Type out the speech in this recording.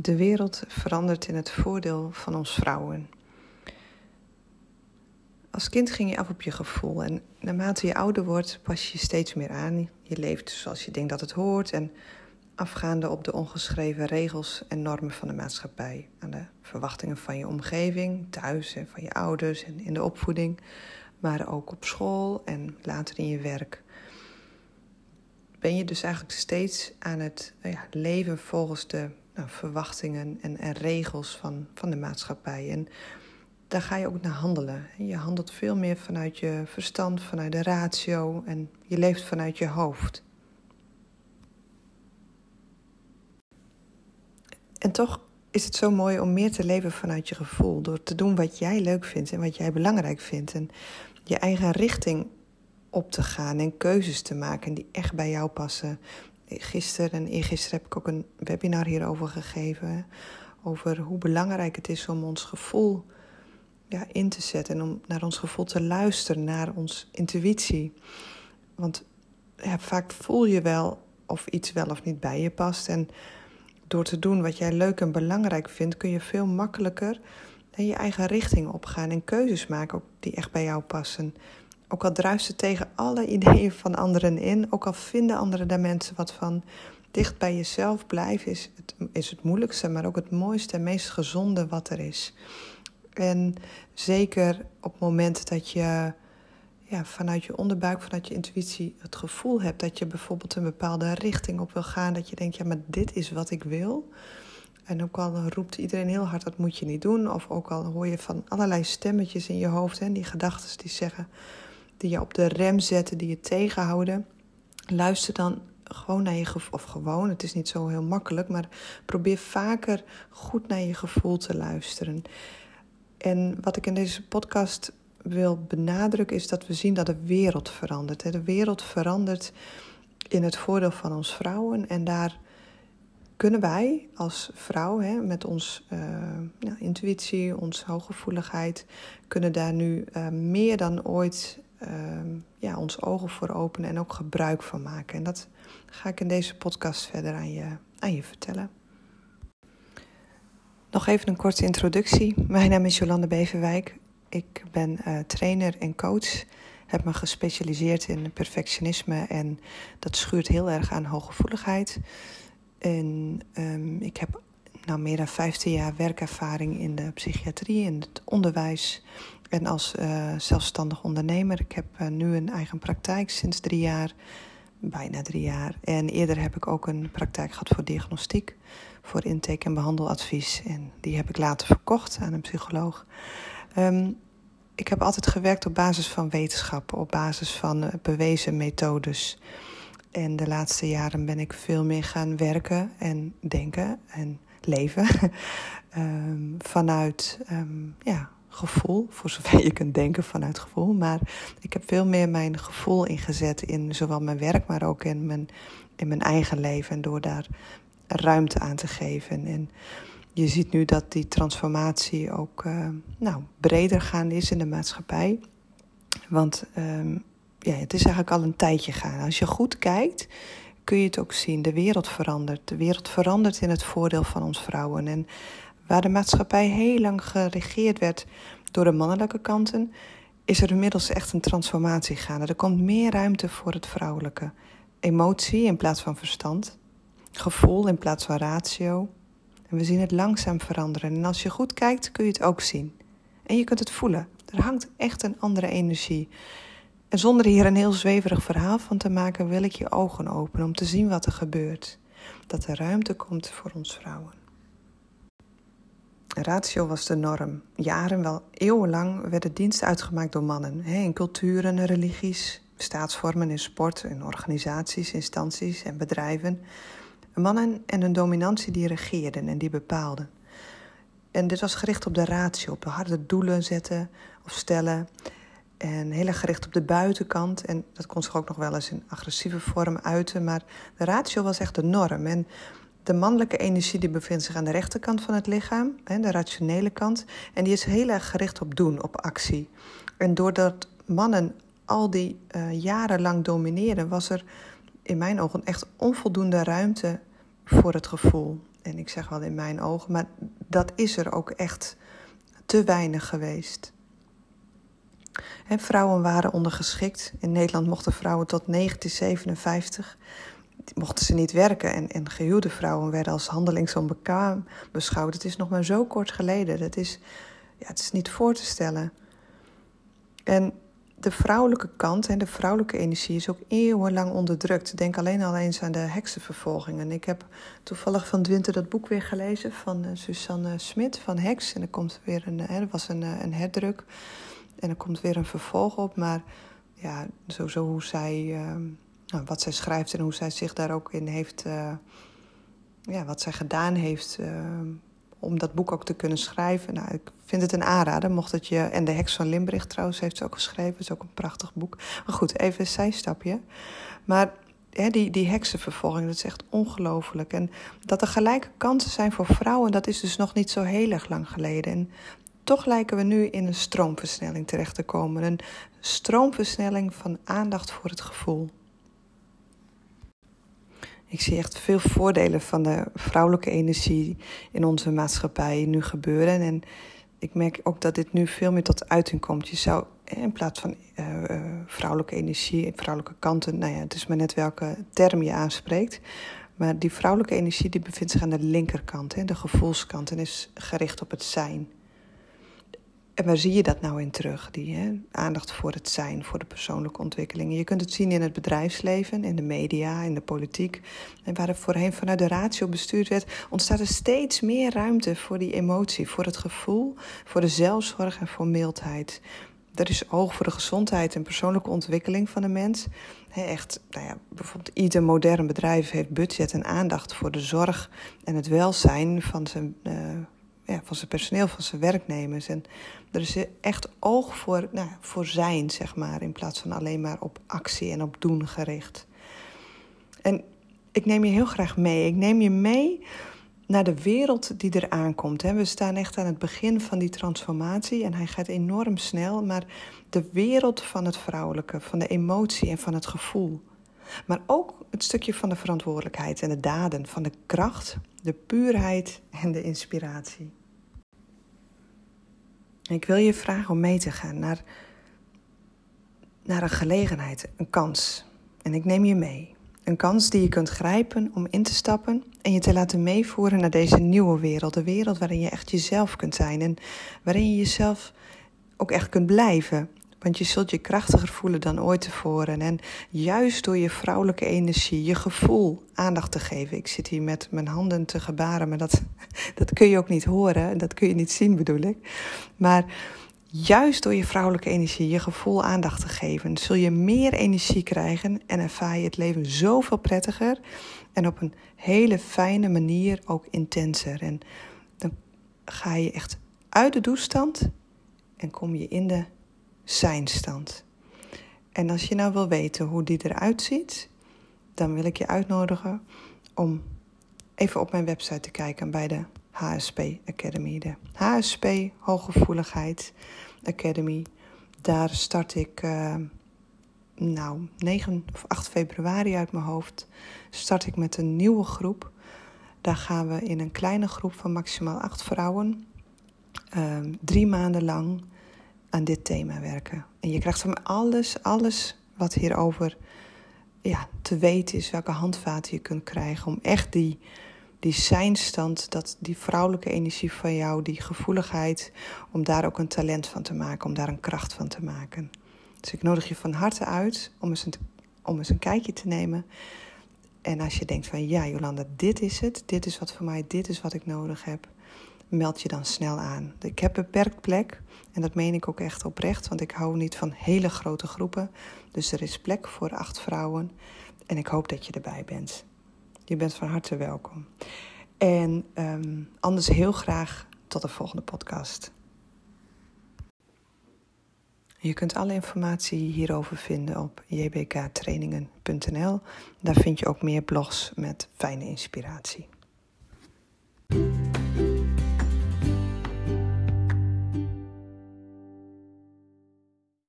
De wereld verandert in het voordeel van ons vrouwen. Als kind ging je af op je gevoel en naarmate je ouder wordt pas je je steeds meer aan. Je leeft zoals je denkt dat het hoort en afgaande op de ongeschreven regels en normen van de maatschappij. Aan de verwachtingen van je omgeving, thuis en van je ouders en in de opvoeding. Maar ook op school en later in je werk. Ben je dus eigenlijk steeds aan het leven volgens de verwachtingen en regels van de maatschappij. En daar ga je ook naar handelen. Je handelt veel meer vanuit je verstand, vanuit de ratio en je leeft vanuit je hoofd. En toch is het zo mooi om meer te leven vanuit je gevoel. Door te doen wat jij leuk vindt en wat jij belangrijk vindt. En je eigen richting op te gaan en keuzes te maken die echt bij jou passen. Gisteren en eergisteren heb ik ook een webinar hierover gegeven. Over hoe belangrijk het is om ons gevoel in te zetten. En om naar ons gevoel te luisteren, naar onze intuïtie. Want vaak voel je wel of iets wel of niet bij je past. En door te doen wat jij leuk en belangrijk vindt, kun je veel makkelijker je eigen richting opgaan. En keuzes maken ook die echt bij jou passen. Ook al druist het tegen alle ideeën van anderen in. Ook al vinden anderen daar mensen wat van. Dicht bij jezelf blijven is het moeilijkste, maar ook het mooiste en meest gezonde wat er is. En zeker op het moment dat je vanuit je onderbuik, vanuit je intuïtie het gevoel hebt dat je bijvoorbeeld een bepaalde richting op wil gaan. Dat je denkt, maar dit is wat ik wil. En ook al roept iedereen heel hard, dat moet je niet doen. Of ook al hoor je van allerlei stemmetjes in je hoofd. En die gedachten die zeggen, die je op de rem zetten, die je tegenhouden. Luister dan gewoon naar je gevoel. Of gewoon, het is niet zo heel makkelijk. Maar probeer vaker goed naar je gevoel te luisteren. En wat ik in deze podcast wil benadrukken is dat we zien dat de wereld verandert. De wereld verandert in het voordeel van ons vrouwen. En daar kunnen wij als vrouw met ons intuïtie, onze hooggevoeligheid, kunnen daar nu meer dan ooit onze ogen voor openen en ook gebruik van maken. En dat ga ik in deze podcast verder aan je vertellen. Nog even een korte introductie. Mijn naam is Jolande Beverwijk. Ik ben trainer en coach. Heb me gespecialiseerd in perfectionisme en dat schuurt heel erg aan hooggevoeligheid. En ik heb meer dan 15 jaar werkervaring in de psychiatrie, in het onderwijs en als zelfstandig ondernemer. Ik heb nu een eigen praktijk sinds 3 jaar, bijna 3 jaar. En eerder heb ik ook een praktijk gehad voor diagnostiek, voor intake- en behandeladvies. En die heb ik later verkocht aan een psycholoog. Ik heb altijd gewerkt op basis van wetenschap, op basis van bewezen methodes. En de laatste jaren ben ik veel meer gaan werken en denken en leven vanuit gevoel, voor zover je kunt denken vanuit gevoel. Maar ik heb veel meer mijn gevoel ingezet in zowel mijn werk, maar ook in mijn eigen leven. En door daar ruimte aan te geven. En je ziet nu dat die transformatie ook breder gaande is in de maatschappij. Want het is eigenlijk al een tijdje gaande. Als je goed kijkt, kun je het ook zien. De wereld verandert. De wereld verandert in het voordeel van ons vrouwen. En waar de maatschappij heel lang geregeerd werd door de mannelijke kanten, is er inmiddels echt een transformatie gaande. Er komt meer ruimte voor het vrouwelijke. Emotie in plaats van verstand. Gevoel in plaats van ratio. En we zien het langzaam veranderen. En als je goed kijkt, kun je het ook zien. En je kunt het voelen. Er hangt echt een andere energie. En zonder hier een heel zweverig verhaal van te maken, wil ik je ogen openen om te zien wat er gebeurt. Dat er ruimte komt voor ons vrouwen. Ratio was de norm. Jaren, wel eeuwenlang, werden diensten uitgemaakt door mannen. In culturen, religies, staatsvormen, in sport, in organisaties, instanties en bedrijven. Mannen en hun dominantie die regeerden en die bepaalden. En dit was gericht op de ratio, op de harde doelen zetten of stellen. En heel erg gericht op de buitenkant. En dat kon zich ook nog wel eens in agressieve vorm uiten. Maar de ratio was echt de norm. En de mannelijke energie die bevindt zich aan de rechterkant van het lichaam. De rationele kant. En die is heel erg gericht op doen, op actie. En doordat mannen al die jarenlang domineren, was er in mijn ogen echt onvoldoende ruimte voor het gevoel. En ik zeg wel in mijn ogen, maar dat is er ook echt te weinig geweest. En vrouwen waren ondergeschikt. In Nederland mochten vrouwen tot 1957 mochten ze niet werken. En gehuwde vrouwen werden als handelingsonbekwaam beschouwd. Het is nog maar zo kort geleden. Het is niet voor te stellen. En de vrouwelijke kant en de vrouwelijke energie is ook eeuwenlang onderdrukt. Denk alleen al eens aan de heksenvervolgingen. Ik heb toevallig van de winter dat boek weer gelezen van Suzanne Smit van Heks. En er komt weer er was een herdruk. En er komt weer een vervolg op. Maar ja, sowieso hoe zij, wat zij schrijft en hoe zij zich daar ook in heeft, wat zij gedaan heeft om dat boek ook te kunnen schrijven. Nou, ik vind het een aanrader, mocht het je... En De Heks van Limburg trouwens heeft ze ook geschreven. Het is ook een prachtig boek. Maar goed, even een zijstapje. Maar die heksenvervolging, dat is echt ongelooflijk. En dat er gelijke kansen zijn voor vrouwen, dat is dus nog niet zo heel erg lang geleden. En toch lijken we nu in een stroomversnelling terecht te komen. Een stroomversnelling van aandacht voor het gevoel. Ik zie echt veel voordelen van de vrouwelijke energie in onze maatschappij nu gebeuren. En ik merk ook dat dit nu veel meer tot uiting komt. Je zou in plaats van vrouwelijke energie, vrouwelijke kanten... het is maar net welke term je aanspreekt. Maar die vrouwelijke energie die bevindt zich aan de linkerkant, de gevoelskant, en is gericht op het zijn. En waar zie je dat nou in terug? Die aandacht voor het zijn, voor de persoonlijke ontwikkeling. Je kunt het zien in het bedrijfsleven, in de media, in de politiek. En waar er voorheen vanuit de ratio bestuurd werd, ontstaat er steeds meer ruimte voor die emotie, voor het gevoel, voor de zelfzorg en voor mildheid. Er is oog voor de gezondheid en persoonlijke ontwikkeling van de mens. Bijvoorbeeld ieder modern bedrijf heeft budget en aandacht voor de zorg en het welzijn van zijn personeel, van zijn werknemers. En er is echt oog voor zijn, zeg maar, in plaats van alleen maar op actie en op doen gericht. En ik neem je heel graag mee. Ik neem je mee naar de wereld die er aankomt. We staan echt aan het begin van die transformatie en hij gaat enorm snel. Maar de wereld van het vrouwelijke, van de emotie en van het gevoel. Maar ook het stukje van de verantwoordelijkheid en de daden, van de kracht, de puurheid en de inspiratie. Ik wil je vragen om mee te gaan naar een gelegenheid, een kans. En ik neem je mee. Een kans die je kunt grijpen om in te stappen en je te laten meevoeren naar deze nieuwe wereld. De wereld waarin je echt jezelf kunt zijn en waarin je jezelf ook echt kunt blijven. Want je zult je krachtiger voelen dan ooit tevoren. En juist door je vrouwelijke energie, je gevoel aandacht te geven. Ik zit hier met mijn handen te gebaren, maar dat kun je ook niet horen. Dat kun je niet zien, bedoel ik. Maar juist door je vrouwelijke energie, je gevoel aandacht te geven, zul je meer energie krijgen en ervaar je het leven zoveel prettiger. En op een hele fijne manier ook intenser. En dan ga je echt uit de doestand en kom je in de zijnstand. En als je nou wil weten hoe die eruit ziet, dan wil ik je uitnodigen om even op mijn website te kijken bij de HSP Academy. De HSP Hooggevoeligheid Academy. Daar start ik 9 of 8 februari uit mijn hoofd. Start ik met een nieuwe groep. Daar gaan we in een kleine groep van maximaal 8 vrouwen 3 maanden lang aan dit thema werken. En je krijgt van me alles wat hierover te weten is, welke handvaten je kunt krijgen om echt die zijnstand, die vrouwelijke energie van jou, die gevoeligheid, om daar ook een talent van te maken, om daar een kracht van te maken. Dus ik nodig je van harte uit om eens een kijkje te nemen. En als je denkt van ja, Jolanda, dit is het, dit is wat voor mij, dit is wat ik nodig heb, meld je dan snel aan. Ik heb beperkt plek en dat meen ik ook echt oprecht, want ik hou niet van hele grote groepen. Dus er is plek voor 8 vrouwen en ik hoop dat je erbij bent. Je bent van harte welkom. En anders heel graag tot de volgende podcast. Je kunt alle informatie hierover vinden op jbktrainingen.nl. Daar vind je ook meer blogs met fijne inspiratie.